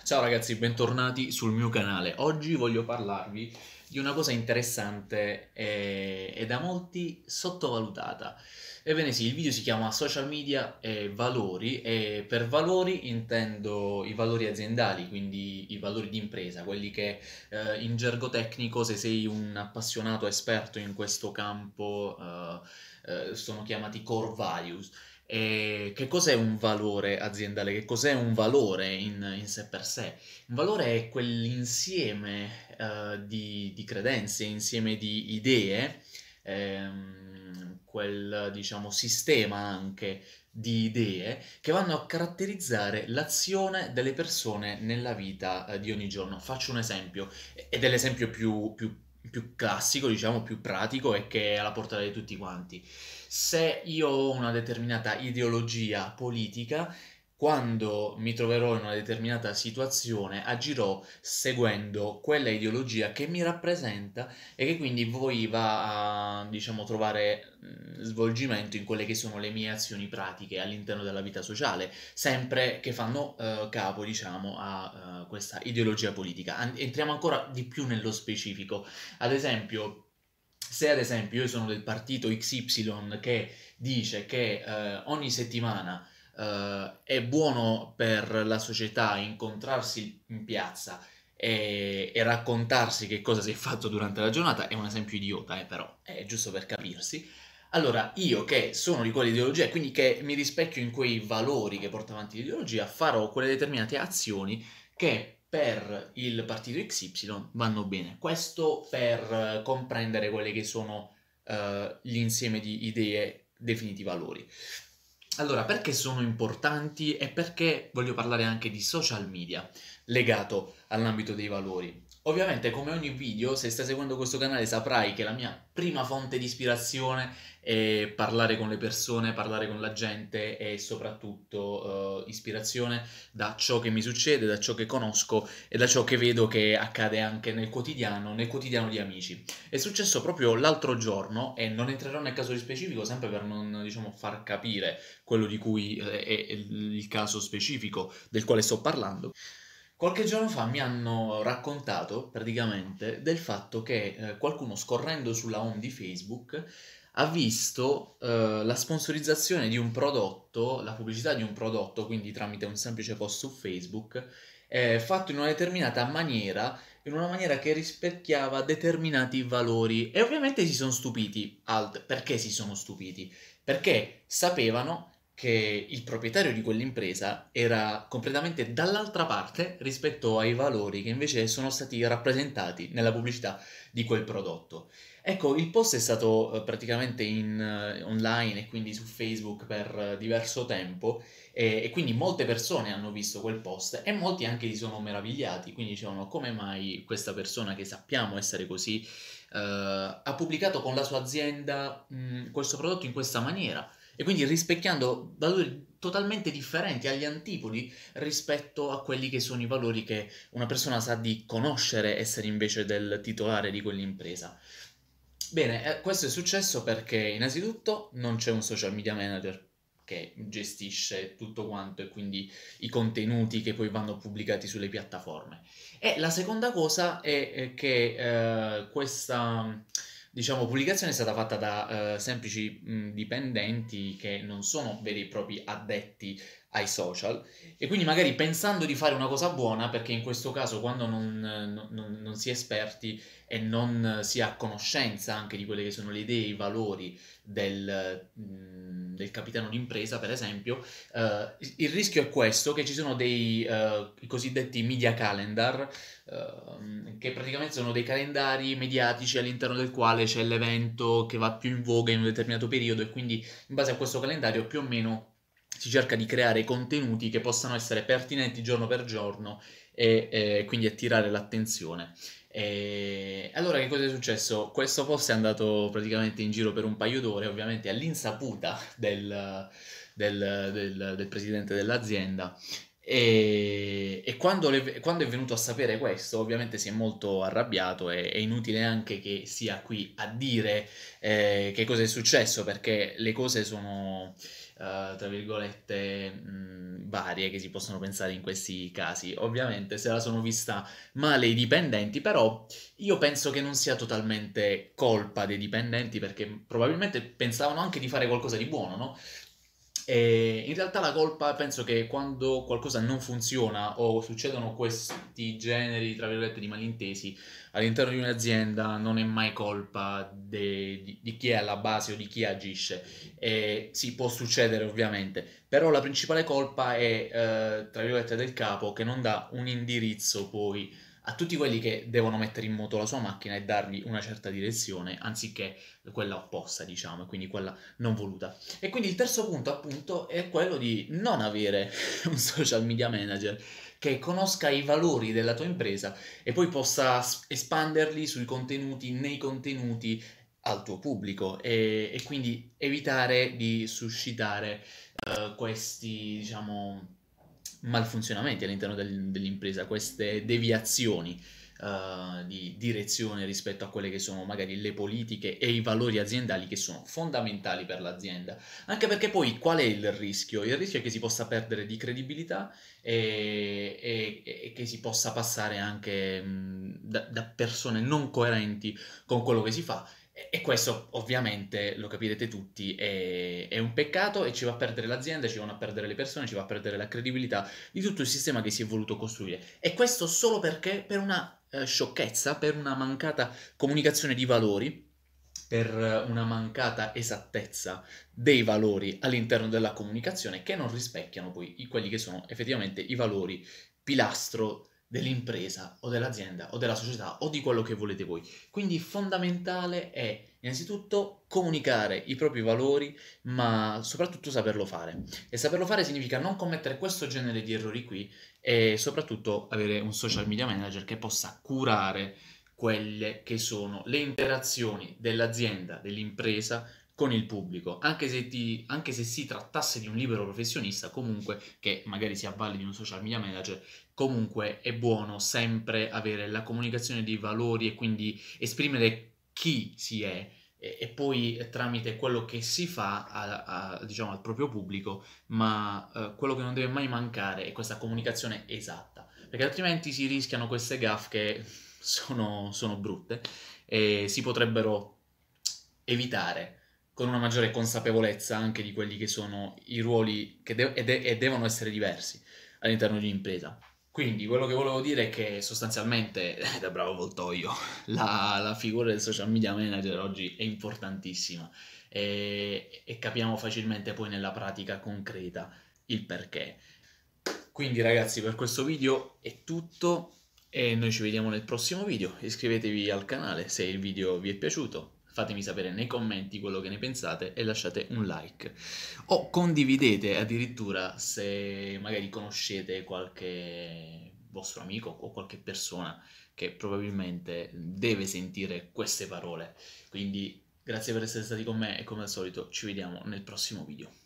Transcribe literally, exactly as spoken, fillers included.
Ciao ragazzi, bentornati sul mio canale. Oggi voglio parlarvi di una cosa interessante e, e da molti sottovalutata. Ebbene sì, il video si chiama Social Media e Valori e per valori intendo i valori aziendali, quindi i valori di impresa, quelli che eh, in gergo tecnico, se sei un appassionato esperto in questo campo, eh, eh, sono chiamati core values. E che cos'è un valore aziendale? Che cos'è un valore in, in sé per sé? Un valore è quell'insieme eh, di, di credenze, insieme di idee, ehm, quel diciamo sistema anche di idee che vanno a caratterizzare l'azione delle persone nella vita eh, di ogni giorno. Faccio un esempio, ed è l'esempio più, più più classico, diciamo, più pratico e che è alla portata di tutti quanti. Se io ho una determinata ideologia politica, quando mi troverò in una determinata situazione, agirò seguendo quella ideologia che mi rappresenta e che quindi poi va a, diciamo, trovare mh, svolgimento in quelle che sono le mie azioni pratiche all'interno della vita sociale, sempre che fanno eh, capo, diciamo, a eh, questa ideologia politica. An- entriamo ancora di più nello specifico. Ad esempio, se ad esempio io sono del partito X Y che dice che eh, ogni settimana eh, è buono per la società incontrarsi in piazza e, e raccontarsi che cosa si è fatto durante la giornata, è un esempio idiota, eh, però è giusto per capirsi. Allora, io che sono di quell'ideologia, quindi che mi rispecchio in quei valori che porta avanti l'ideologia, farò quelle determinate azioni che per il partito X Y vanno bene. Questo per eh, comprendere quelli che sono eh, l'insieme di idee definiti valori. Allora, perché sono importanti e perché voglio parlare anche di social media legato all'ambito dei valori? Ovviamente, come ogni video, se stai seguendo questo canale saprai che la mia prima fonte di ispirazione è parlare con le persone, parlare con la gente e soprattutto eh, ispirazione da ciò che mi succede, da ciò che conosco e da ciò che vedo che accade anche nel quotidiano, nel quotidiano di amici. È successo proprio l'altro giorno e non entrerò nel caso di specifico sempre per non, diciamo, far capire quello di cui eh, è il caso specifico del quale sto parlando. Qualche giorno fa mi hanno raccontato praticamente del fatto che eh, qualcuno scorrendo sulla home di Facebook ha visto eh, la sponsorizzazione di un prodotto, la pubblicità di un prodotto, quindi tramite un semplice post su Facebook, eh, fatto in una determinata maniera, in una maniera che rispecchiava determinati valori. E ovviamente si sono stupiti. Alt- perché si sono stupiti? Perché sapevano che il proprietario di quell'impresa era completamente dall'altra parte rispetto ai valori che invece sono stati rappresentati nella pubblicità di quel prodotto. Ecco, il post è stato eh, praticamente in, eh, online e quindi su Facebook per eh, diverso tempo e, e quindi molte persone hanno visto quel post e molti anche si sono meravigliati, quindi dicevano come mai questa persona che sappiamo essere così eh, ha pubblicato con la sua azienda mh, questo prodotto in questa maniera e quindi rispecchiando valori totalmente differenti agli antipodi rispetto a quelli che sono i valori che una persona sa di conoscere essere invece del titolare di quell'impresa. Bene, eh, questo è successo perché innanzitutto non c'è un social media manager che gestisce tutto quanto e quindi i contenuti che poi vanno pubblicati sulle piattaforme. E la seconda cosa è eh, che eh, questa, diciamo, pubblicazione è stata fatta da eh, semplici mh, dipendenti che non sono veri e propri addetti ai social e quindi magari pensando di fare una cosa buona, perché in questo caso quando non, non- non- non si è esperti e non si ha conoscenza anche di quelle che sono le idee, i valori del, mh, del capitano d'impresa, per esempio, eh, il il rischio è questo, che ci sono dei eh, i cosiddetti media calendar, ehm, che praticamente sono dei calendari mediatici all'interno del quale c'è l'evento che va più in voga in un determinato periodo e quindi in base a questo calendario più o meno si cerca di creare contenuti che possano essere pertinenti giorno per giorno e eh, quindi attirare l'attenzione. E allora che cosa è successo? Questo post è andato praticamente in giro per un paio d'ore, ovviamente all'insaputa del, del, del- del presidente dell'azienda E, e quando, le- quando è venuto a sapere questo, ovviamente si è molto arrabbiato e è inutile anche che sia qui a dire eh, che cosa è successo, perché le cose sono, eh, tra virgolette, mh, varie che si possono pensare in questi casi. Ovviamente se la sono vista male i dipendenti, però io penso che non sia totalmente colpa dei dipendenti, perché probabilmente pensavano anche di fare qualcosa di buono, no? E in realtà la colpa penso che quando qualcosa non funziona o succedono questi generi, tra virgolette, di malintesi all'interno di un'azienda, non è mai colpa de- di, di chi è alla base o di chi agisce. E sì, può succedere ovviamente, però la principale colpa è, eh, tra virgolette, del capo, che non dà un indirizzo poi a tutti quelli che devono mettere in moto la sua macchina e dargli una certa direzione, anziché quella opposta, diciamo, e quindi quella non voluta. E quindi il terzo punto, appunto, è quello di non avere un social media manager che conosca i valori della tua impresa e poi possa s- espanderli sui contenuti, nei contenuti al tuo pubblico, e, e quindi evitare di suscitare eh, questi, diciamo, malfunzionamenti all'interno del- dell'impresa, queste deviazioni eh, di direzione rispetto a quelle che sono magari le politiche e i valori aziendali che sono fondamentali per l'azienda. Anche perché poi qual è il rischio? Il rischio è che si possa perdere di credibilità e, e- e che si possa passare anche mh, da, da persone non coerenti con quello che si fa. E e questo ovviamente, lo capirete tutti, è, è un peccato e ci va a perdere l'azienda, ci vanno a perdere le persone, ci va a perdere la credibilità di tutto il sistema che si è voluto costruire. E questo solo perché per una eh, sciocchezza, per una mancata comunicazione di valori, per eh, una mancata esattezza dei valori all'interno della comunicazione, che non rispecchiano poi i- quelli che sono effettivamente i valori pilastro dell'impresa o dell'azienda o della società o di quello che volete voi. Quindi fondamentale è innanzitutto comunicare i propri valori, ma soprattutto saperlo fare. E saperlo fare significa non commettere questo genere di errori qui, e soprattutto avere un social media manager che possa curare quelle che sono le interazioni dell'azienda, dell'impresa con il pubblico, anche se, ti, anche se si trattasse di un libero professionista, comunque, che magari si avvale di un social media manager, comunque è buono sempre avere la comunicazione dei valori e quindi esprimere chi si è, e, e poi eh, tramite quello che si fa a- a- diciamo, al proprio pubblico, ma eh, quello che non deve mai mancare è questa comunicazione esatta, perché altrimenti si rischiano queste gaffe che sono, sono brutte e si potrebbero evitare con una maggiore consapevolezza anche di quelli che sono i ruoli che de- e, de- e devono essere diversi all'interno di un'impresa. Quindi quello che volevo dire è che sostanzialmente, eh, da bravo Voltoio, la, la figura del social media manager oggi è importantissima, e, e capiamo facilmente poi nella pratica concreta il perché. Quindi ragazzi, per questo video è tutto e noi ci vediamo nel prossimo video. Iscrivetevi al canale se il video vi è piaciuto, fatemi sapere nei commenti quello che ne pensate e lasciate un like. O condividete addirittura se magari conoscete qualche vostro amico o qualche persona che probabilmente deve sentire queste parole. Quindi grazie per essere stati con me e come al solito ci vediamo nel prossimo video.